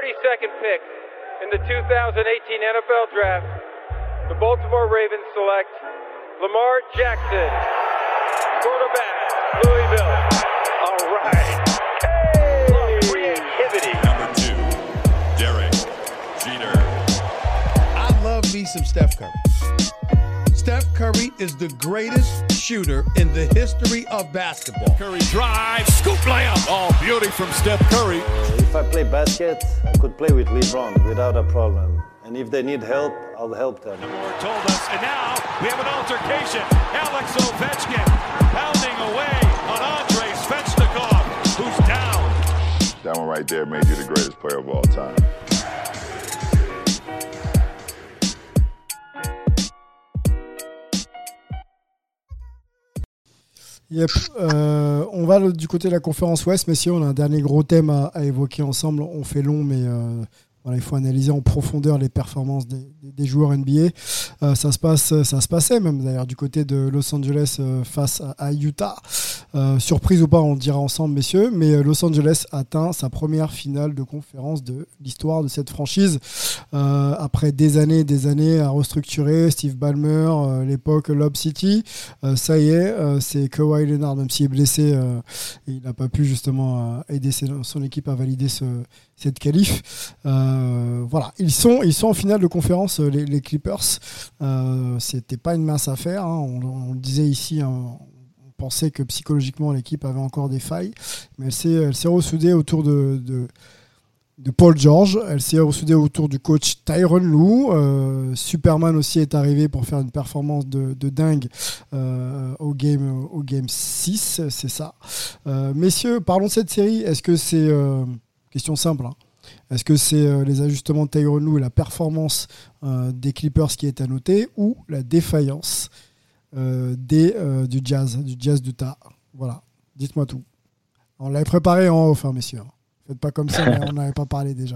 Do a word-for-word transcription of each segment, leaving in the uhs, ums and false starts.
thirty-second pick in the two thousand eighteen N F L Draft, the Baltimore Ravens select Lamar Jackson, quarterback, Louisville. All right. Hey! Creativity. Number two, Derek Jeter. I love me some Steph Curry. Steph Curry is the greatest shooter in the history of basketball. Curry drive, scoop layup. Oh, beauty from Steph Curry. If I play basket, I could play with LeBron without a problem. And if they need help, I'll help them. Moore told us, and now we have an altercation. Alex Ovechkin pounding away on Andrei Svechnikov, who's down. That one right there made you the greatest player of all time. Yep. Euh, on va du côté de la conférence Ouest, messieurs. On a un dernier gros thème à, à évoquer ensemble. On fait long, mais euh, voilà, il faut analyser en profondeur les performances des, des, des joueurs N B A. Euh, ça se passe, ça se passait même d'ailleurs du côté de Los Angeles euh, face à, à Utah. Euh, surprise ou pas, on le dira ensemble, messieurs. Mais Los Angeles atteint sa première finale de conférence de l'histoire de cette franchise. Euh, après des années et des années à restructurer, Steve Ballmer, euh, l'époque Lob City, euh, ça y est, euh, c'est Kawhi Leonard, même s'il est blessé, euh, et il n'a pas pu justement euh, aider ses, son équipe à valider ce, cette qualif. Euh, voilà, ils sont, ils sont en finale de conférence, les, les Clippers. Euh, c'était pas une mince affaire, hein. on, on le disait ici, hein, on pensait que psychologiquement l'équipe avait encore des failles, mais elle s'est, elle s'est ressoudée autour de, de de Paul George, elle s'est ressoudée autour du coach Tyronn Lue. Euh, Superman aussi est arrivé pour faire une performance de, de dingue euh, au, game, au game six, c'est ça. Euh, messieurs, parlons de cette série. Est-ce que c'est, euh, question simple, hein, est-ce que c'est euh, les ajustements de Tyronn Lue et la performance euh, des Clippers qui est à noter, ou la défaillance euh, des, euh, du Jazz, du Jazz d'Utah? Voilà, dites-moi tout. On l'avait préparé en off, hein, messieurs. Faites pas comme ça, mais on n'avait pas parlé déjà.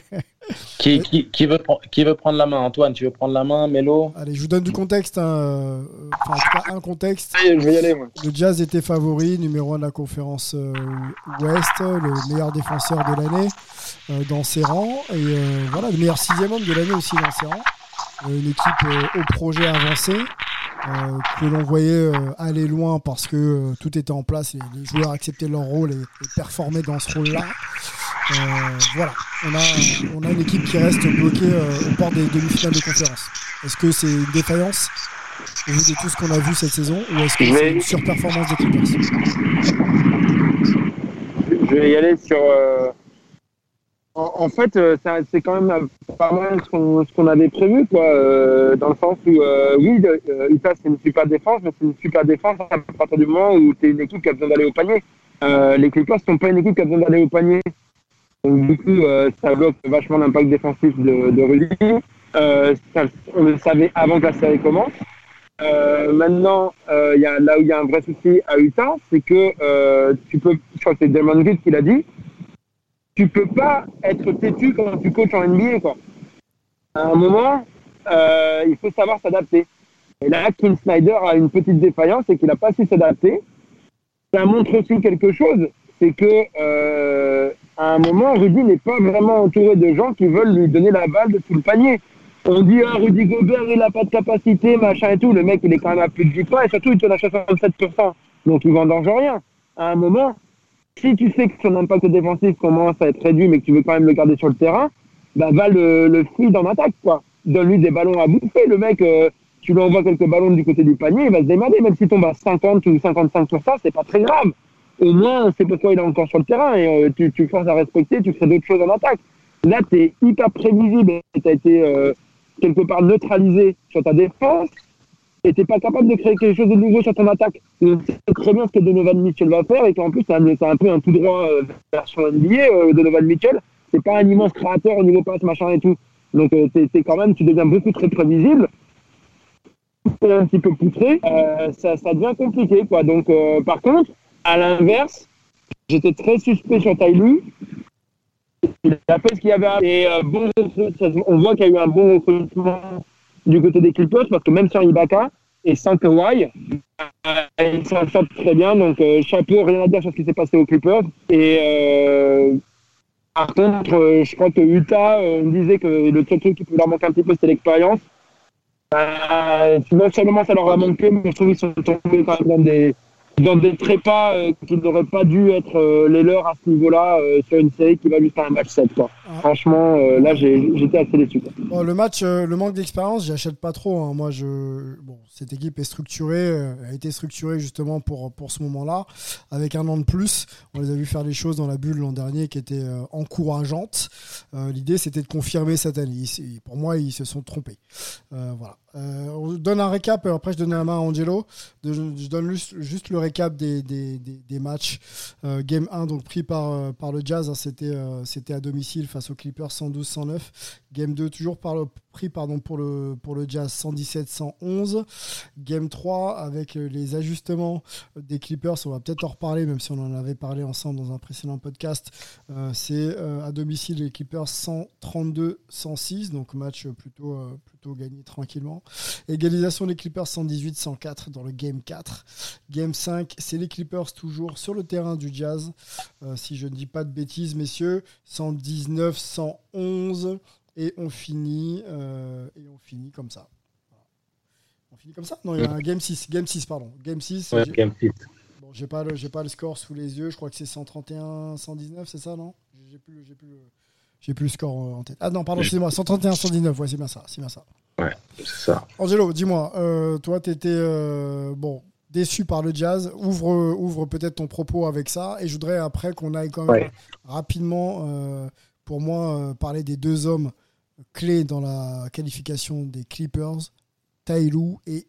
qui, qui, qui, veut, qui veut prendre la main? Antoine, tu veux prendre la main? Mélo? Allez, je vous donne du contexte. Hein. Enfin, en tout cas, un contexte. Allez, je vais y aller, moi. Le Jazz était favori, numéro un de la conférence euh, Ouest, le meilleur défenseur de l'année euh, dans ses rangs. Et euh, voilà, le meilleur sixième homme de l'année aussi dans ses rangs. Euh, une équipe euh, au projet avancé. Euh, que l'on voyait euh, aller loin parce que euh, tout était en place, les, les joueurs acceptaient leur rôle et, et performaient dans ce rôle-là. Euh, voilà, on a, on a une équipe qui reste bloquée euh, au port des demi-finales de conférence. Est-ce que c'est une défaillance au vu de tout ce qu'on a vu cette saison, ou est-ce que c'est une surperformance des Clippers? Je vais y aller sur... Euh... En, en fait, euh, c'est, c'est quand même pas mal ce qu'on, ce qu'on avait prévu, quoi, euh, dans le sens où, euh, oui, euh, Utah, c'est une super défense, mais c'est une super défense à partir du moment où tu es une équipe qui a besoin d'aller au panier. Euh, les Clippers ne sont pas une équipe qui a besoin d'aller au panier. Donc, du coup, euh, ça bloque vachement l'impact défensif de, de Rudy. Euh, ça, on le savait avant que la série commence. Euh, maintenant, euh, y a, là où il y a un vrai souci à Utah, c'est que euh, tu peux, je crois que c'est Damon Green qui l'a dit, tu peux pas être têtu quand tu coaches en N B A, quoi. À un moment, euh, il faut savoir s'adapter. Et là, Quinn Snyder a une petite défaillance, c'est qu'il n'a pas su s'adapter. Ça montre aussi quelque chose, c'est que euh, à un moment, Rudy n'est pas vraiment entouré de gens qui veulent lui donner la balle de tout le panier. On dit ah, Rudy Gobert, il n'a pas de capacité, machin et tout. Le mec, il est quand même à plus de dix points et surtout, il tourne à soixante-sept pour cent. Donc, il ne vendange rien. À un moment, si tu sais que son impact défensif commence à être réduit, mais que tu veux quand même le garder sur le terrain, bah va le, le feed en attaque, quoi. Donne-lui des ballons à bouffer. Le mec, euh, tu lui envoies quelques ballons du côté du panier, il va se démerder. Même s'il tombe à cinquante ou cinquante-cinq pour cent, c'est pas très grave. Au moins, c'est pourquoi il est encore sur le terrain et euh, tu, tu forces à respecter, tu fais d'autres choses en attaque. Là, tu es hyper prévisible et tu as été euh, quelque part neutralisé sur ta défense et tu n'es pas capable de créer quelque chose de nouveau sur ton attaque. Donc, c'est très bien ce que Donovan Mitchell va faire et qu'en plus, c'est un, c'est un peu un tout droit euh, version N B A, euh, Donovan Mitchell. C'est pas un immense créateur au niveau passe, machin et tout. Donc, euh, t'es, t'es quand même, tu deviens beaucoup très prévisible. C'est un petit peu poutré, euh, ça, ça devient compliqué, quoi. Donc, euh, par contre, à l'inverse, j'étais très suspect sur Ty Lue. Il a fait ce qu'il y avait. Et euh, bon, on voit qu'il y a eu un bon recrutement du côté des Clippers parce que même sans Ibaka et sans Kawhi, euh, ils s'en sortent très bien. Donc, euh, chapeau, rien à dire sur ce qui s'est passé aux Clippers. Et euh, Par contre, euh, je crois que Utah, euh, on disait que le seul truc qui peut leur manquer un petit peu, c'est l'expérience. Euh, non seulement ça leur a manqué, mais je trouve qu'ils sont tombés quand même dans des, dans des trépas euh, qui n'auraient pas dû être euh, les leurs à ce niveau-là euh, sur une série qui va jusqu'à un match sept. Quoi. Ah. Franchement, euh, là, j'ai, j'étais assez déçu. Bon, le match, euh, le manque d'expérience, j'achète pas trop. Hein. Moi, je, bon, cette équipe est structurée, euh, a été structurée justement pour, pour ce moment-là, avec un an de plus. On les a vu faire des choses dans la bulle l'an dernier qui étaient euh, encourageantes. Euh, l'idée, c'était de confirmer cette année. Ils, pour moi, ils se sont trompés. Euh, voilà. Euh, on donne un récap, après je donne la main à Angelo. De, je donne juste, juste le récap des, des, des, des matchs. Euh, game un, donc pris par, euh, par le Jazz, hein, c'était, euh, c'était à domicile face aux Clippers cent douze à cent neuf. Game deux, toujours par le, pris pardon, pour, le, pour le Jazz cent dix-sept à cent onze. Game trois, avec les ajustements des Clippers, on va peut-être en reparler, même si on en avait parlé ensemble dans un précédent podcast. Euh, c'est euh, à domicile les Clippers cent trente-deux à cent six, donc match plutôt, euh, plutôt gagné tranquillement. Égalisation des Clippers cent dix-huit à cent quatre dans le Game quatre. Game cinq, c'est les Clippers toujours sur le terrain du Jazz. Euh, si je ne dis pas de bêtises, messieurs, cent dix-neuf à cent onze. Et on finit, euh, et on finit comme ça. Voilà. On finit comme ça ? Non, il y a un Game six. Game six, pardon. Game six. Ouais, j'ai... Game six. Bon, j'ai pas, le, j'ai pas le score sous les yeux. Je crois que c'est cent trente et un à cent dix-neuf, c'est ça, non ? J'ai plus, j'ai plus le... J'ai plus le score en tête. Ah non, pardon, excusez-moi, cent trente et un à cent dix-neuf, ouais, c'est bien ça, c'est bien ça. Ouais, c'est ça. Angelo, dis-moi, euh, toi, t'étais euh, bon, déçu par le Jazz. Ouvre, ouvre peut-être ton propos avec ça. Et je voudrais après qu'on aille quand même ouais. rapidement, euh, pour moi, euh, parler des deux hommes clés dans la qualification des Clippers, Ty Lue et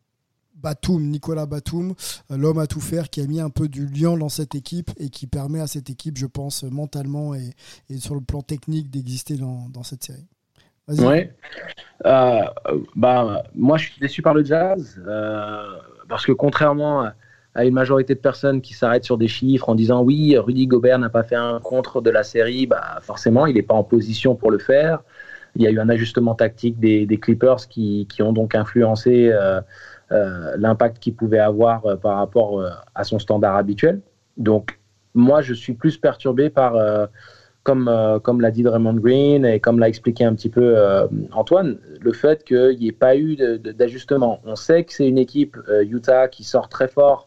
Batum, Nicolas Batum, l'homme à tout faire qui a mis un peu du liant dans cette équipe et qui permet à cette équipe, je pense, mentalement et, et sur le plan technique d'exister dans, dans cette série. Vas-y. Ouais. Euh, bah, moi, je suis déçu par le Jazz euh, parce que contrairement à une majorité de personnes qui s'arrêtent sur des chiffres en disant oui, Rudy Gobert n'a pas fait un contre de la série, bah, forcément, il n'est pas en position pour le faire. Il y a eu un ajustement tactique des, des Clippers qui, qui ont donc influencé euh, euh, l'impact qu'il pouvait avoir euh, par rapport euh, à son standard habituel. Donc, moi, je suis plus perturbé par, euh, comme, euh, comme l'a dit Draymond Green et comme l'a expliqué un petit peu euh, Antoine, le fait qu'il n'y ait pas eu de, de, d'ajustement. On sait que c'est une équipe euh, Utah qui sort très fort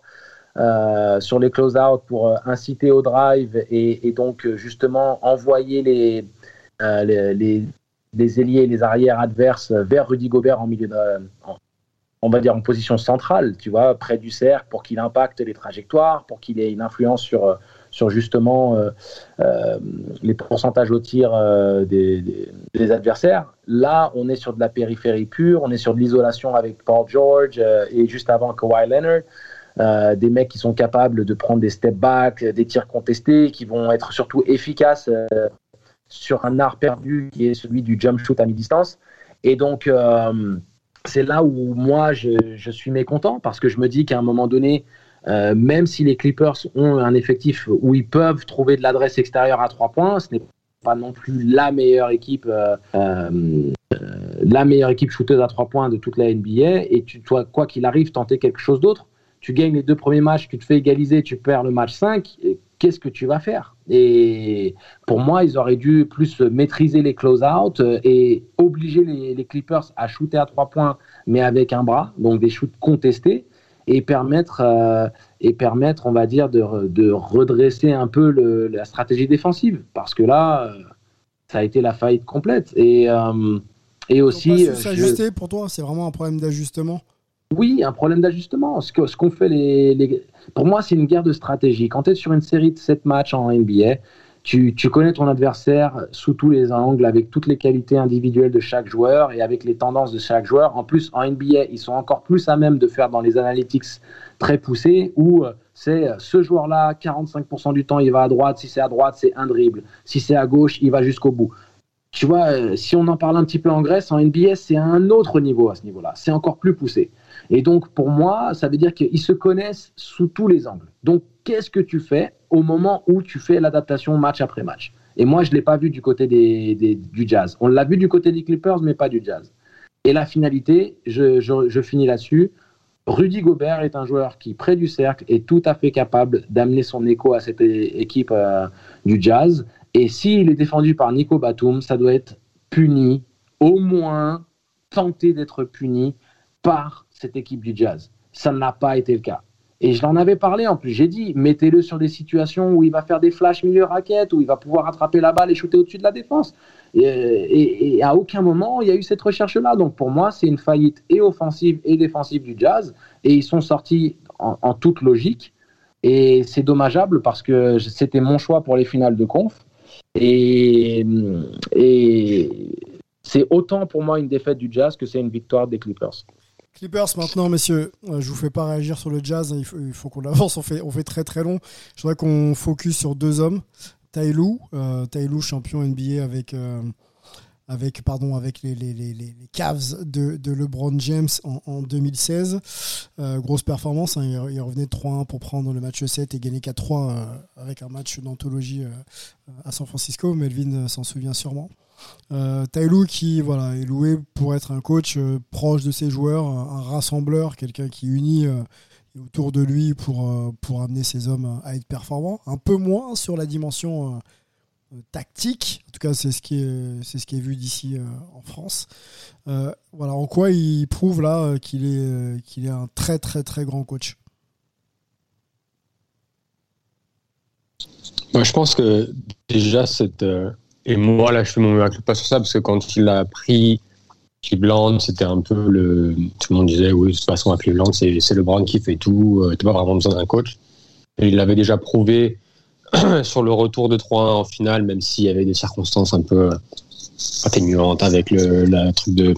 euh, sur les close-out pour euh, inciter au drive et, et donc justement envoyer les, euh, les, les les ailiers et les arrières adverses vers Rudy Gobert en milieu de, en, on va dire en position centrale, tu vois, près du cercle pour qu'il impacte les trajectoires, pour qu'il ait une influence sur, sur justement euh, euh, les pourcentages au tir euh, des, des, des adversaires. Là, on est sur de la périphérie pure, on est sur de l'isolation avec Paul George euh, et juste avant Kawhi Leonard. Euh, des mecs qui sont capables de prendre des step back, des tirs contestés, qui vont être surtout efficaces euh, sur un art perdu qui est celui du jump shoot à mi-distance. Et donc, euh, c'est là où moi, je, je suis mécontent parce que je me dis qu'à un moment donné, euh, même si les Clippers ont un effectif où ils peuvent trouver de l'adresse extérieure à trois points, ce n'est pas non plus la meilleure équipe, euh, euh, la meilleure équipe shooteuse à trois points de toute la N B A. Et tu dois, quoi qu'il arrive, tenter quelque chose d'autre. Tu gagnes les deux premiers matchs, tu te fais égaliser, tu perds le match cinq. Et qu'est-ce que tu vas faire ? Et pour moi, ils auraient dû plus maîtriser les close-out et obliger les, les Clippers à shooter à trois points, mais avec un bras, donc des shoots contestés, et permettre, euh, et permettre on va dire, de, de redresser un peu le, la stratégie défensive. Parce que là, ça a été la faillite complète. Et, euh, et aussi... C'est ajusté pour toi ? C'est vraiment un problème d'ajustement ? Oui, un problème d'ajustement. Ce, que, ce qu'on fait les, les... Pour moi, c'est une guerre de stratégie. Quand tu es sur une série de sept matchs en N B A, tu, tu connais ton adversaire sous tous les angles, avec toutes les qualités individuelles de chaque joueur et avec les tendances de chaque joueur. En plus, en N B A, ils sont encore plus à même de faire dans les analytics très poussés où c'est ce joueur-là, quarante-cinq pour cent du temps, il va à droite. Si c'est à droite, c'est un dribble. Si c'est à gauche, il va jusqu'au bout. Tu vois, si on en parle un petit peu en Grèce, en N B A, c'est un autre niveau à ce niveau-là. C'est encore plus poussé. Et donc, pour moi, ça veut dire qu'ils se connaissent sous tous les angles. Donc, qu'est-ce que tu fais au moment où tu fais l'adaptation match après match ? Et moi, je ne l'ai pas vu du côté des, des, du Jazz. On l'a vu du côté des Clippers, mais pas du Jazz. Et la finalité, je, je, je finis là-dessus. Rudy Gobert est un joueur qui, près du cercle, est tout à fait capable d'amener son écho à cette équipe euh, du Jazz Et s'il est défendu par Nico Batum, ça doit être puni, au moins tenté d'être puni par cette équipe du Jazz. Ça n'a pas été le cas. Et je l'en avais parlé en plus, j'ai dit, mettez-le sur des situations où il va faire des flashs milieu raquette, où il va pouvoir attraper la balle et shooter au-dessus de la défense. Et, et, et à aucun moment, il y a eu cette recherche-là. Donc pour moi, c'est une faillite et offensive et défensive du Jazz. Et ils sont sortis en, en toute logique. Et c'est dommageable parce que c'était mon choix pour les finales de conf. Et, et c'est autant pour moi une défaite du Jazz que c'est une victoire des Clippers. Clippers maintenant, messieurs, euh, je vous fais pas réagir sur le Jazz, il faut, il faut qu'on avance, on fait, on fait très très long. Je voudrais qu'on focus sur deux hommes. Ty Lue, euh, Ty Lue, champion N B A avec, euh, avec, pardon, avec les, les, les, les Cavs de, de LeBron James en, en deux mille seize. Euh, grosse performance, hein, il, il revenait de trois un pour prendre le match sept et gagner quatre trois euh, avec un match d'anthologie euh, à San Francisco. Melvin s'en souvient sûrement. Euh, Ty Lue qui voilà, est loué pour être un coach euh, proche de ses joueurs, un, un rassembleur, quelqu'un qui unit euh, autour de lui pour, euh, pour amener ses hommes à être performants. Un peu moins sur la dimension euh, tactique, en tout cas c'est ce qui est, c'est ce qui est vu d'ici euh, en France. Euh, voilà, en quoi il prouve là euh, qu'il est, euh, qu'il est un très très très grand coach. Moi je pense que déjà cette... Euh... Et moi, là, je fais mon miracle pas sur ça, parce que quand il a pris Cleveland, c'était un peu le... Tout le monde disait, oui, de toute façon, à Cleveland, c'est, c'est LeBron qui fait tout, euh, t'as pas vraiment besoin d'un coach. Et il l'avait déjà prouvé sur le retour de trois un en finale, même s'il y avait des circonstances un peu atténuantes avec le la truc de...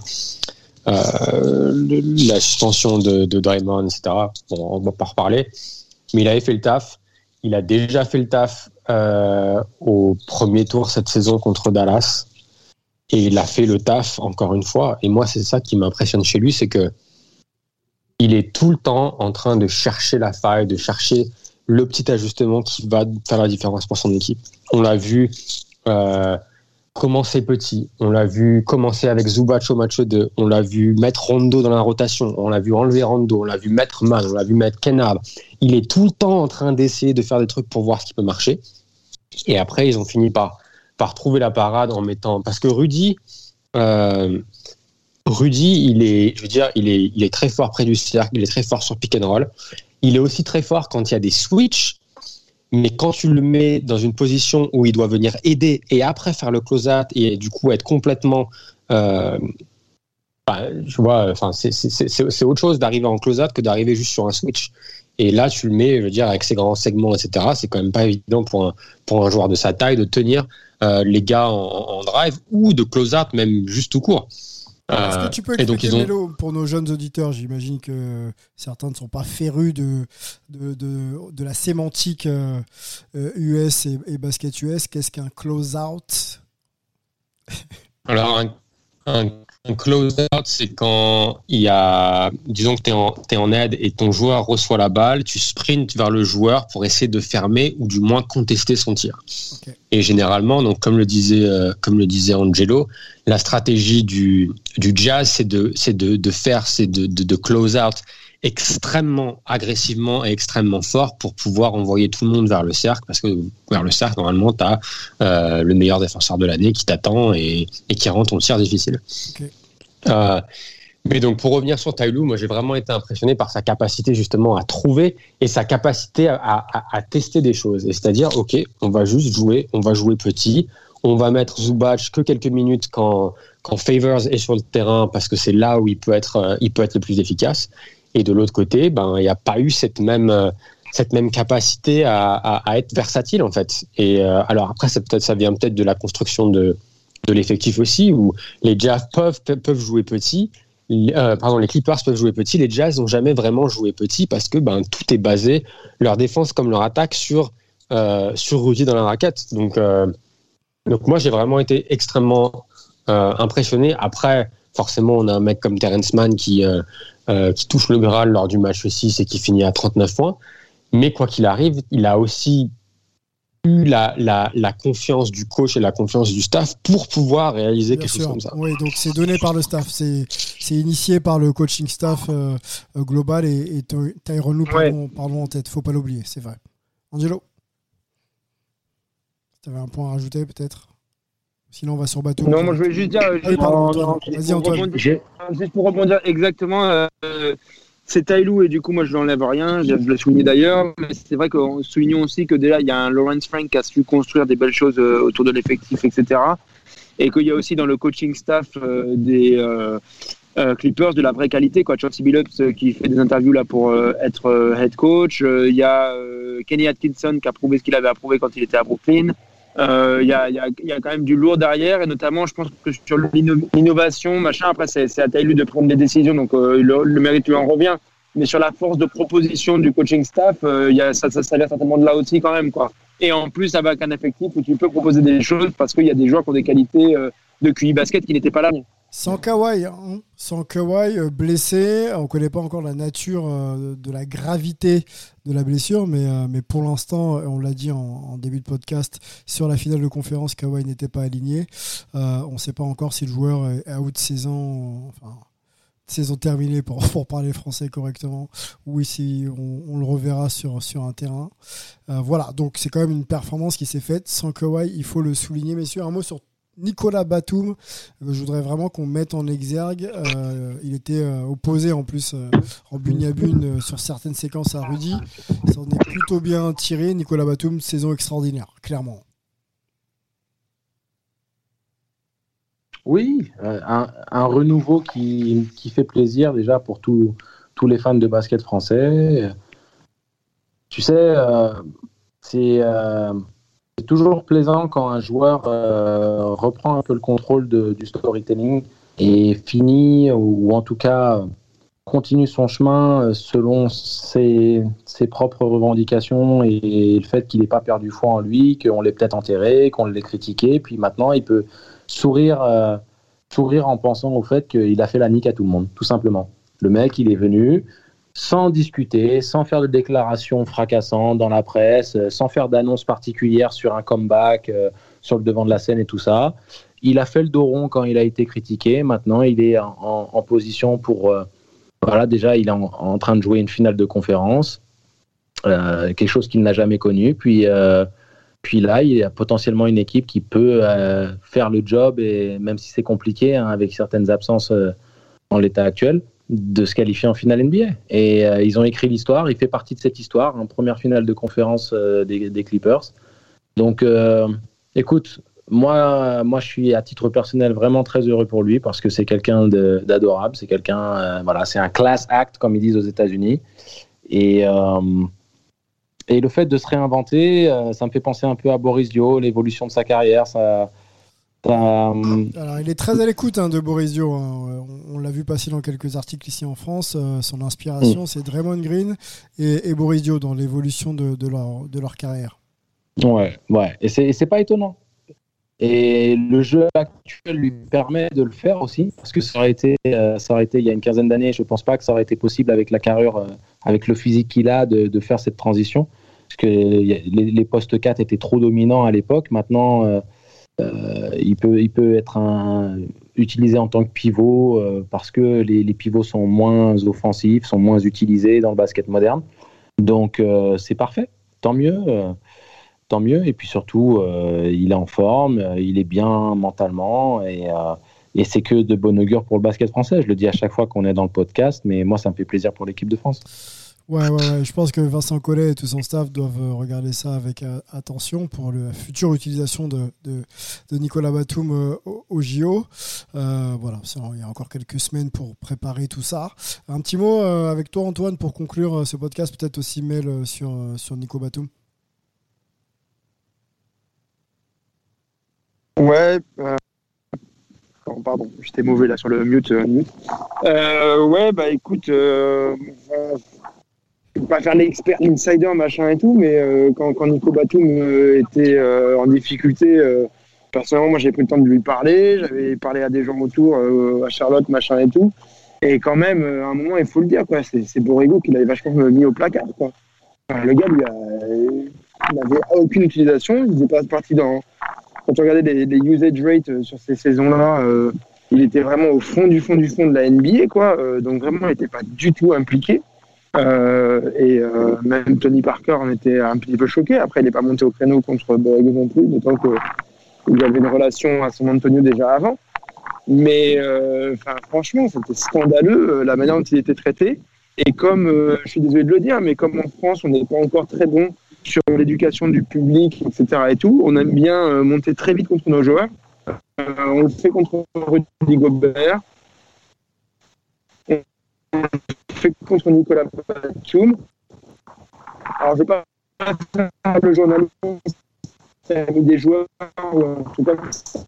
Euh, le, la suspension de, de Draymond, et cetera. Bon, on va pas reparler. Mais il avait fait le taf. Il a déjà fait le taf Euh, au premier tour cette saison contre Dallas, et il a fait le taf encore une fois. Et moi, c'est ça qui m'impressionne chez lui, c'est que il est tout le temps en train de chercher la faille, de chercher le petit ajustement qui va faire la différence pour son équipe. On l'a vu euh, commencer petit, on l'a vu commencer avec Zubac au match deux, on l'a vu mettre Rondo dans la rotation, on l'a vu enlever Rondo, on l'a vu mettre Man, on l'a vu mettre Kennard. Il est tout le temps en train d'essayer de faire des trucs pour voir ce qui peut marcher. Et après, ils ont fini par, par trouver la parade en mettant... Parce que Rudy, euh, Rudy, il est, je veux dire, il est, il est très fort près du cercle, il est très fort sur pick and roll. Il est aussi très fort quand il y a des switches, mais quand tu le mets dans une position où il doit venir aider et après faire le close-out et du coup être complètement... Euh, bah, tu vois, enfin, c'est, c'est, c'est, c'est autre chose d'arriver en close-out que d'arriver juste sur un switch. Et là, tu le mets, je veux dire, avec ses grands segments, et cetera. C'est quand même pas évident pour un, pour un joueur de sa taille de tenir euh, les gars en, en drive ou de close-out, même juste tout court. Euh, Est-ce que tu peux expliquer, donc, Mélo, pour nos jeunes auditeurs, j'imagine que certains ne sont pas férus de, de, de, de la sémantique euh, U S et, et basket U S. Qu'est-ce qu'un close-out ? Alors, un, un, un close-out, c'est quand il y a, disons que tu es en, t'es en aide et ton joueur reçoit la balle, tu sprintes vers le joueur pour essayer de fermer ou du moins contester son tir. Okay. Et généralement, donc, comme le disait, euh, comme le disait Angelo, la stratégie du, du Jazz, c'est de, c'est de, de faire, c'est de, de, de close-out extrêmement agressivement et extrêmement fort pour pouvoir envoyer tout le monde vers le cercle, parce que vers le cercle, normalement, tu as euh, le meilleur défenseur de l'année qui t'attend et, et qui rend ton tir difficile. Okay. Euh, mais donc, pour revenir sur Ty Lue, moi, j'ai vraiment été impressionné par sa capacité justement à trouver et sa capacité à, à, à tester des choses. Et c'est-à-dire, OK, on va juste jouer, on va jouer petit, on va mettre Zubac que quelques minutes quand, quand Favors est sur le terrain, parce que c'est là où il peut être, euh, il peut être le plus efficace. Et de l'autre côté, ben, il n'y a pas eu cette même, euh, cette même capacité à, à, à être versatile, en fait. Et euh, alors après, ça, peut-être, ça vient peut-être de la construction de, de l'effectif aussi, où les Jazz peuvent, peuvent jouer petit. Euh, pardon, les Clippers peuvent jouer petit. Les Jazz n'ont jamais vraiment joué petit parce que ben, tout est basé, leur défense comme leur attaque, sur, euh, sur Rudy dans la raquette. Donc, euh, donc moi, j'ai vraiment été extrêmement euh, impressionné. Après, forcément, on a un mec comme Terrence Mann qui... Euh, Euh, qui touche le Graal lors du match six et qui finit à trente-neuf points. Mais quoi qu'il arrive, il a aussi eu la, la, la confiance du coach et la confiance du staff pour pouvoir réaliser Bien quelque sûr. chose comme ça. Oui, donc c'est donné par le staff. C'est, c'est initié par le coaching staff euh, global et, et Tyronn Lue, pardon, ouais. pardon en tête. Il ne faut pas l'oublier, c'est vrai. Angelo ? tu avais un point à rajouter peut-être. Sinon, on va sur Batum. Non, moi je voulais juste dire. Ah oui, pardon, Antoine. Vas-y, Antoine. Juste pour rebondir exactement, euh, c'est Ty Lue et du coup, moi je n'enlève rien. Je l'ai souligné d'ailleurs. Mais c'est vrai qu'en soulignant aussi que déjà, il y a un Lawrence Frank qui a su construire des belles choses euh, autour de l'effectif, et cetera. Et qu'il y a aussi dans le coaching staff euh, des euh, euh, Clippers de la vraie qualité, quoi. Chauncey Billups euh, qui fait des interviews là pour euh, être euh, head coach. Il euh, y a euh, Kenny Atkinson qui a prouvé ce qu'il avait approuvé quand il était à Brooklyn. Il euh, y, a, y, a, y a quand même du lourd derrière, et notamment, je pense que sur l'innovation, machin, après, c'est, c'est à Ty Lue de prendre des décisions, donc euh, le, le mérite lui en revient. Mais sur la force de proposition du coaching staff, euh, y a, ça, ça, ça vient certainement de là aussi quand même, quoi. Et en plus, avec un effectif où tu peux proposer des choses parce qu'il y a des joueurs qui ont des qualités euh, de Q I basket qui n'étaient pas là. Sans Kawhi, hein. Sans Kawhi euh, blessé, on ne connaît pas encore la nature euh, de la gravité de la blessure, mais, euh, mais pour l'instant, on l'a dit en, en début de podcast, sur la finale de conférence, Kawhi n'était pas aligné. Euh, on ne sait pas encore si le joueur est out de saison, enfin, saison terminée pour, pour parler français correctement, ou si on, on le reverra sur, sur un terrain. Euh, voilà, donc c'est quand même une performance qui s'est faite. Sans Kawhi, il faut le souligner, messieurs. Un mot sur Nicolas Batum, je voudrais vraiment qu'on mette en exergue. Euh, il était euh, opposé en plus euh, en bune à bune euh, sur certaines séquences à Rudy. Ça en est plutôt bien tiré. Nicolas Batum, saison extraordinaire, clairement. Oui, euh, un, un renouveau qui, qui fait plaisir déjà pour tous tous les fans de basket français. Tu sais, euh, c'est... Euh, C'est toujours plaisant quand un joueur euh, reprend un peu le contrôle de, du storytelling et finit, ou, ou en tout cas continue son chemin selon ses, ses propres revendications et, et le fait qu'il n'ait pas perdu foi en lui, qu'on l'ait peut-être enterré, qu'on l'ait critiqué, puis maintenant il peut sourire, euh, sourire en pensant au fait qu'il a fait la nique à tout le monde, tout simplement. Le mec, il est venu sans discuter, sans faire de déclarations fracassantes dans la presse, sans faire d'annonces particulières sur un comeback, euh, sur le devant de la scène et tout ça. Il a fait le dos rond quand il a été critiqué. Maintenant, il est en, en, en position pour... Euh, voilà, déjà, il est en, en train de jouer une finale de conférence, euh, quelque chose qu'il n'a jamais connu. Puis, euh, puis là, il y a potentiellement une équipe qui peut euh, faire le job, et même si c'est compliqué, hein, avec certaines absences euh, en l'état actuel, de se qualifier en finale N B A. Et euh, ils ont écrit l'histoire, il fait partie de cette histoire, en première finale de conférence euh, des, des Clippers. Donc, euh, écoute, moi, moi, je suis à titre personnel vraiment très heureux pour lui, parce que c'est quelqu'un de, d'adorable, c'est quelqu'un, euh, voilà, c'est un class act, comme ils disent aux États-Unis. Et, euh, et le fait de se réinventer, euh, ça me fait penser un peu à Boris Dio, l'évolution de sa carrière, ça... Euh... Alors, il est très à l'écoute hein, de Boris Dio. Hein. On, on l'a vu passer dans quelques articles ici en France. Euh, son inspiration, mmh. c'est Draymond Green et, et Boris Dio dans l'évolution de, de, leur, de leur carrière. Ouais, ouais. Et c'est, et c'est pas étonnant. Et le jeu actuel lui permet de le faire aussi, parce que ça aurait été, euh, ça aurait été il y a une quinzaine d'années. Je pense pas que ça aurait été possible avec la carrure, euh, avec le physique qu'il a, de, de faire cette transition. Parce que les, les postes quatre étaient trop dominants à l'époque. Maintenant. Euh, Euh, il peut, il peut être un, utilisé en tant que pivot euh, parce que les, les pivots sont moins offensifs, sont moins utilisés dans le basket moderne. Donc euh, c'est parfait, tant mieux, euh, tant mieux. Et puis surtout, euh, il est en forme, euh, il est bien mentalement et, euh, et c'est que de bon augure pour le basket français. Je le dis à chaque fois qu'on est dans le podcast, mais moi ça me fait plaisir pour l'équipe de France. Ouais, ouais, ouais, je pense que Vincent Collet et tout son staff doivent regarder ça avec euh, attention pour la future utilisation de, de, de Nicolas Batum euh, au, au J O. Euh, voilà, il y a encore quelques semaines pour préparer tout ça. Un petit mot euh, avec toi, Antoine, pour conclure euh, ce podcast, peut-être aussi mail euh, sur, euh, sur Nico Batum. Ouais, euh... oh, pardon, j'étais mauvais là sur le mute. Euh, mute. Euh, ouais, bah écoute... Euh... Je ne vais pas faire l'expert, l'insider, machin et tout, mais euh, quand, quand Nico Batum euh, était euh, en difficulté, euh, personnellement, moi, j'ai pris le temps de lui parler. J'avais parlé à des gens autour, euh, à Charlotte, machin et tout. Et quand même, à un moment, il faut le dire, quoi, c'est, c'est Borrego qui l'avait vachement mis au placard, quoi. Enfin, le gars, lui, a, il n'avait aucune utilisation. Il faisait pas partie dans... Quand on regardait les, les usage rates sur ces saisons-là, euh, il était vraiment au fond du fond du fond de la N B A, quoi. Euh, donc, vraiment, il n'était pas du tout impliqué. Euh, et euh, même Tony Parker en était un petit peu choqué. Après, il n'est pas monté au créneau contre Borrego non plus, d'autant qu'il y avait une relation à San Antonio déjà avant. Mais euh, franchement, c'était scandaleux euh, la manière dont il était traité. Et comme, euh, je suis désolé de le dire, mais comme en France, on n'est pas encore très bon sur l'éducation du public, et cetera et tout, on aime bien euh, monter très vite contre nos joueurs. Euh, on le fait contre Rudy Gobert. On le fait contre Nicolas Batum. Alors, je ne vais pas faire le journaliste avec des joueurs, ou en tout cas,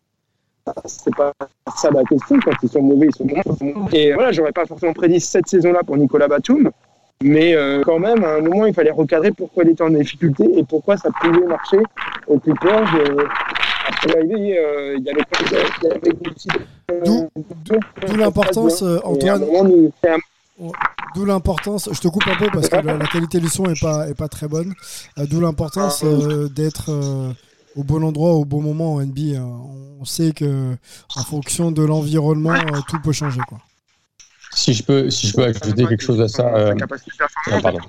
c'est pas ça la question. Quand ils sont mauvais, ils sont mauvais. Et voilà, j'aurais pas forcément prédit cette saison-là pour Nicolas Batum, mais euh, quand même, à un moment, il fallait recadrer pourquoi il était en difficulté et pourquoi ça pouvait marcher aux Clippers. Euh, après l'arrivée, euh, il y avait il y avait des petits. D'où, d'où, d'où l'importance, euh, Antoine. Nous, un... D'où l'importance. Je te coupe un peu parce que la, la qualité du son est pas est pas très bonne. Euh, d'où l'importance euh, d'être euh, au bon endroit au bon moment en N B A. On sait que en fonction de l'environnement, euh, tout peut changer, quoi. Si je peux, si je peux ajouter quelque chose à ça. Euh... Non, pardon.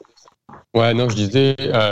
Ouais, non, je disais. Euh...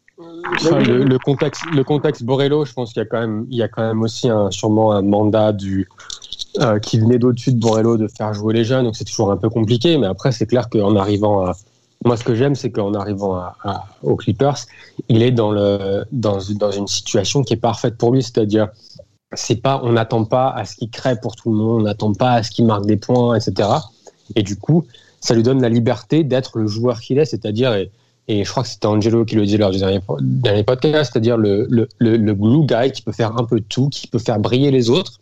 Enfin, le, le contexte, le contexte Borrello, je pense qu'il y a quand même, il y a quand même aussi un, sûrement un mandat du euh, qui venait d'au-dessus de Borrello de faire jouer les jeunes, donc c'est toujours un peu compliqué. Mais après, c'est clair qu'en arrivant à, moi, ce que j'aime, c'est qu'en arrivant à, à, aux Clippers, il est dans le dans dans une situation qui est parfaite pour lui, c'est-à-dire c'est pas, on n'attend pas à ce qu'il crée pour tout le monde, on n'attend pas à ce qu'il marque des points, et cetera. Et du coup, ça lui donne la liberté d'être le joueur qu'il est, c'est-à-dire et, Et je crois que c'était Angelo qui le disait lors du dernier, dernier podcast, c'est-à-dire le, le, le, le glue guy qui peut faire un peu de tout, qui peut faire briller les autres,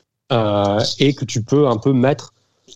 euh, et que tu peux un peu mettre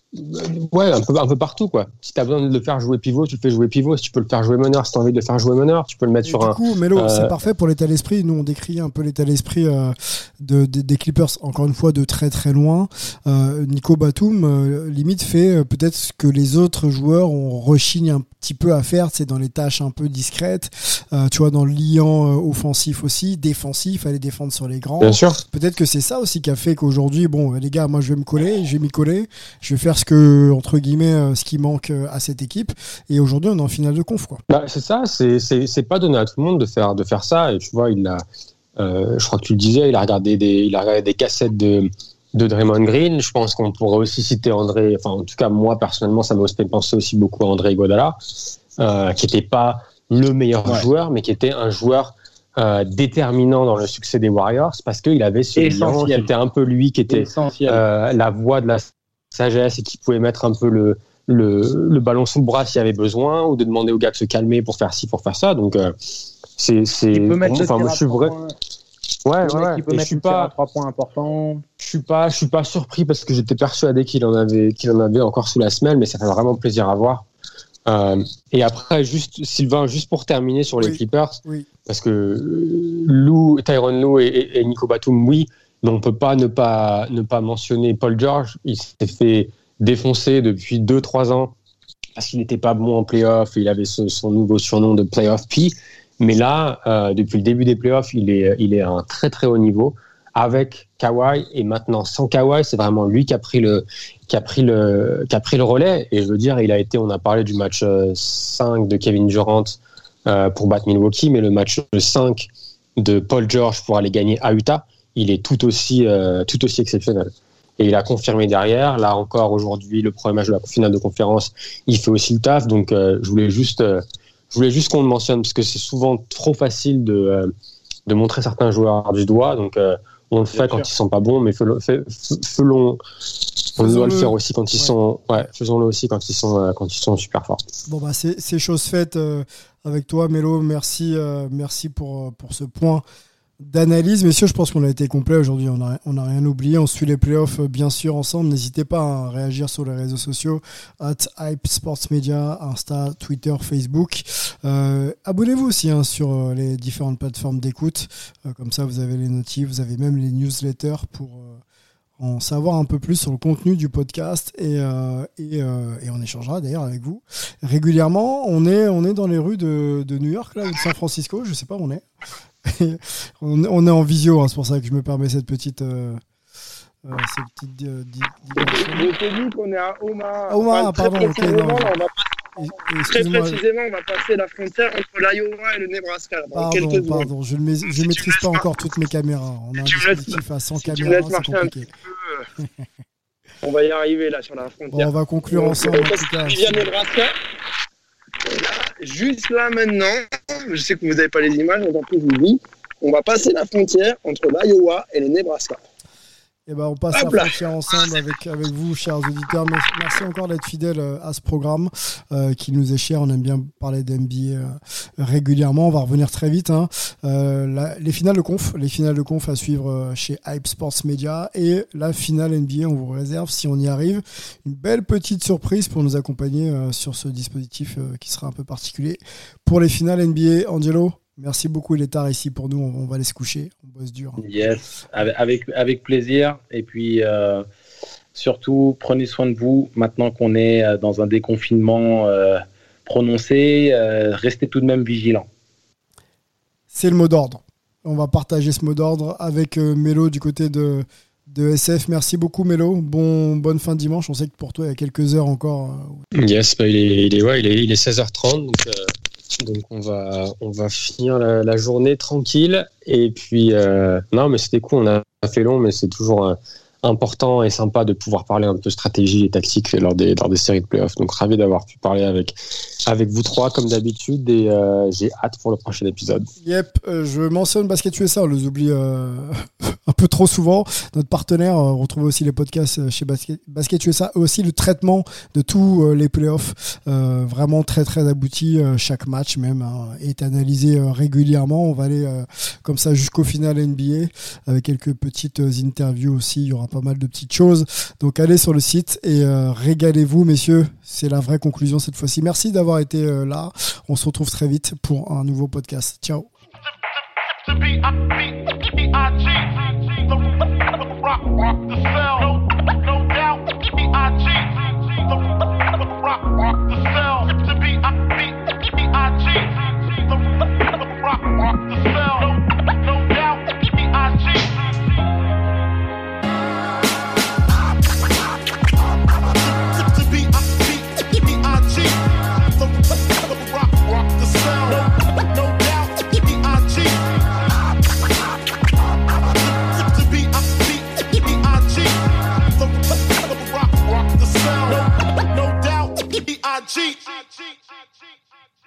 ouais, un peu, un peu partout, quoi. Si tu as besoin de le faire jouer pivot, tu le fais jouer pivot. Si tu peux le faire jouer meneur, si tu as envie de le faire jouer meneur, tu peux le mettre et sur du un... Du coup, Melo, euh... c'est parfait pour l'état d'esprit. Nous, on décrit un peu l'état d'esprit euh, de, de, des Clippers, encore une fois, de très très loin. Euh, Nico Batum, euh, limite, fait euh, peut-être ce que les autres joueurs ont rechigne un petit peu à faire, c'est dans les tâches un peu discrètes. Euh, tu vois, dans le liant euh, offensif aussi, défensif, aller défendre sur les grands. Bien sûr. Peut-être que c'est ça aussi qui a fait qu'aujourd'hui, bon, les gars, moi, je vais me coller, je vais m'y coller, je vais faire ce que, entre guillemets, euh, ce qui manque euh, à cette équipe. Et aujourd'hui, on est en finale de conf, quoi. Bah, c'est ça, c'est, c'est, c'est pas donné à tout le monde de faire, de faire ça. Et tu vois, il a, euh, je crois que tu le disais, il a regardé des, il a regardé des cassettes de, de Draymond Green. Je pense qu'on pourrait aussi citer André, enfin, en tout cas, moi, personnellement, ça m'a fait penser aussi beaucoup à André Iguodala, euh, qui était pas le meilleur ouais. joueur, mais qui était un joueur euh, déterminant dans le succès des Warriors parce qu'il avait ce lien qui était un peu lui, qui était euh, la voix de la sagesse et qui pouvait mettre un peu le, le, le ballon sous le bras s'il y avait besoin ou de demander aux gars de se calmer pour faire ci, pour faire ça. Donc, euh, c'est. c'est enfin, moi, je suis vrai. Ouais, le ouais, mec, il peut mettre je suis pas trois points importants. Je suis pas, je suis pas surpris parce que j'étais persuadé qu'il en avait, qu'il en avait encore sous la semelle, mais ça fait vraiment plaisir à voir. Euh, et après, juste Sylvain, juste pour terminer sur les oui, Clippers, oui. parce que Lou, Tyronn Lue et, et Nico Batum, oui, mais on peut pas ne pas ne pas mentionner Paul George. Il s'est fait défoncer depuis deux trois ans parce qu'il n'était pas bon en playoff et il avait ce, son nouveau surnom de Playoff P. Mais là, euh, depuis le début des playoffs, il est il est à un très très haut niveau. Avec Kawhi et maintenant sans Kawhi, c'est vraiment lui qui a pris le qui a pris le qui a pris le relais. Et je veux dire, il a été, on a parlé du match cinq de Kevin Durant euh, pour battre Milwaukee, mais le match cinq de Paul George pour aller gagner à Utah, il est tout aussi euh, tout aussi exceptionnel. Et il a confirmé derrière. Là encore aujourd'hui, le premier match de la finale de conférence, il fait aussi le taf. Donc euh, je voulais juste euh, je voulais juste qu'on le mentionne parce que c'est souvent trop facile de euh, de montrer certains joueurs du doigt. Donc euh, on le fait Bien quand sûr. Ils sont pas bons, mais faisons, faisons, on doit le faire aussi quand ils ouais. sont, ouais, faisons-le aussi quand ils sont, quand ils sont super forts. Bon bah c'est, c'est chose faite euh, avec toi, Melo. Merci, euh, merci pour pour ce point d'analyse, messieurs. Je pense qu'on a été complet aujourd'hui. On a on a rien oublié. On suit les playoffs bien sûr ensemble. N'hésitez pas à réagir sur les réseaux sociaux at Hype Sports Media, Insta, Twitter, Facebook. Euh, abonnez-vous aussi hein, sur les différentes plateformes d'écoute. Euh, comme ça, vous avez les notifs, vous avez même les newsletters pour euh, en savoir un peu plus sur le contenu du podcast et euh, et, euh, et on échangera d'ailleurs avec vous régulièrement. On est on est dans les rues de de New York là ou de San Francisco. Je sais pas où on est. on, on est en visio, hein, c'est pour ça que je me permets cette petite. Euh, euh, cette petite euh, di- Je te dis qu'on est à Omaha. Ah, Omaha, enfin, pardon. très Okay, non, on, va pas, Très précisément, on va passer la frontière entre l'Iowa et le Nebraska. Dans pardon, quelques pardon, je ne si je maîtrise pas encore toutes mes caméras. On a un dispositif à cent si caméras, c'est compliqué. Peu, euh, on va y arriver là sur la frontière. Bon, on va conclure ensemble. En tout cas, Rivière Nebraska. Là, juste là maintenant, je sais que vous n'avez pas les images, mais tant pis, je vous dis, on va passer la frontière entre l'Iowa et le Nebraska. Et ben, on passe Hop la frontière ensemble avec, avec vous, chers auditeurs. Merci encore d'être fidèles à ce programme euh, qui nous est cher. On aime bien parler d'N B A euh, régulièrement. On va revenir très vite. Hein. Euh, la, les finales de conf, les finales de conf à suivre euh, chez Hype Sports Media et la finale N B A. On vous réserve, si on y arrive, une belle petite surprise pour nous accompagner euh, sur ce dispositif euh, qui sera un peu particulier pour les finales N B A. Angelo, merci beaucoup, il est tard ici pour nous, on va aller se coucher, on bosse dur. Yes, avec, avec plaisir. Et puis, euh, surtout, prenez soin de vous. Maintenant qu'on est dans un déconfinement euh, prononcé, euh, restez tout de même vigilants. C'est le mot d'ordre. On va partager ce mot d'ordre avec euh, Mélo du côté de, de S F. Merci beaucoup, Mélo. Bon, bonne fin de dimanche. On sait que pour toi, il y a quelques heures encore. Euh... Yes, bah, il, est, il, est, ouais, il, est, il est seize heures trente, donc... Euh... Donc on va on va finir la, la journée tranquille et puis euh, non mais c'était cool, on a fait long mais c'est toujours euh, important et sympa de pouvoir parler un peu stratégie et tactique lors des lors des séries de playoffs. Donc ravi d'avoir pu parler avec avec vous trois comme d'habitude et euh, j'ai hâte pour le prochain épisode. Yep, euh, je mentionne Basket U S A, on les oublie euh, un peu trop souvent. Notre partenaire, euh, retrouvez aussi les podcasts chez Basket, Basket U S A, et aussi le traitement de tous euh, les playoffs, euh, vraiment très très abouti. Euh, chaque match même hein, est analysé euh, régulièrement. On va aller euh, comme ça jusqu'au final N B A avec quelques petites euh, interviews aussi. Il y aura pas mal de petites choses. Donc allez sur le site et euh, régalez-vous, messieurs. C'est la vraie conclusion cette fois-ci. Merci d'avoir été euh, là. On se retrouve très vite pour un nouveau podcast. Ciao. To be, I be, be, I G, the rock, rock.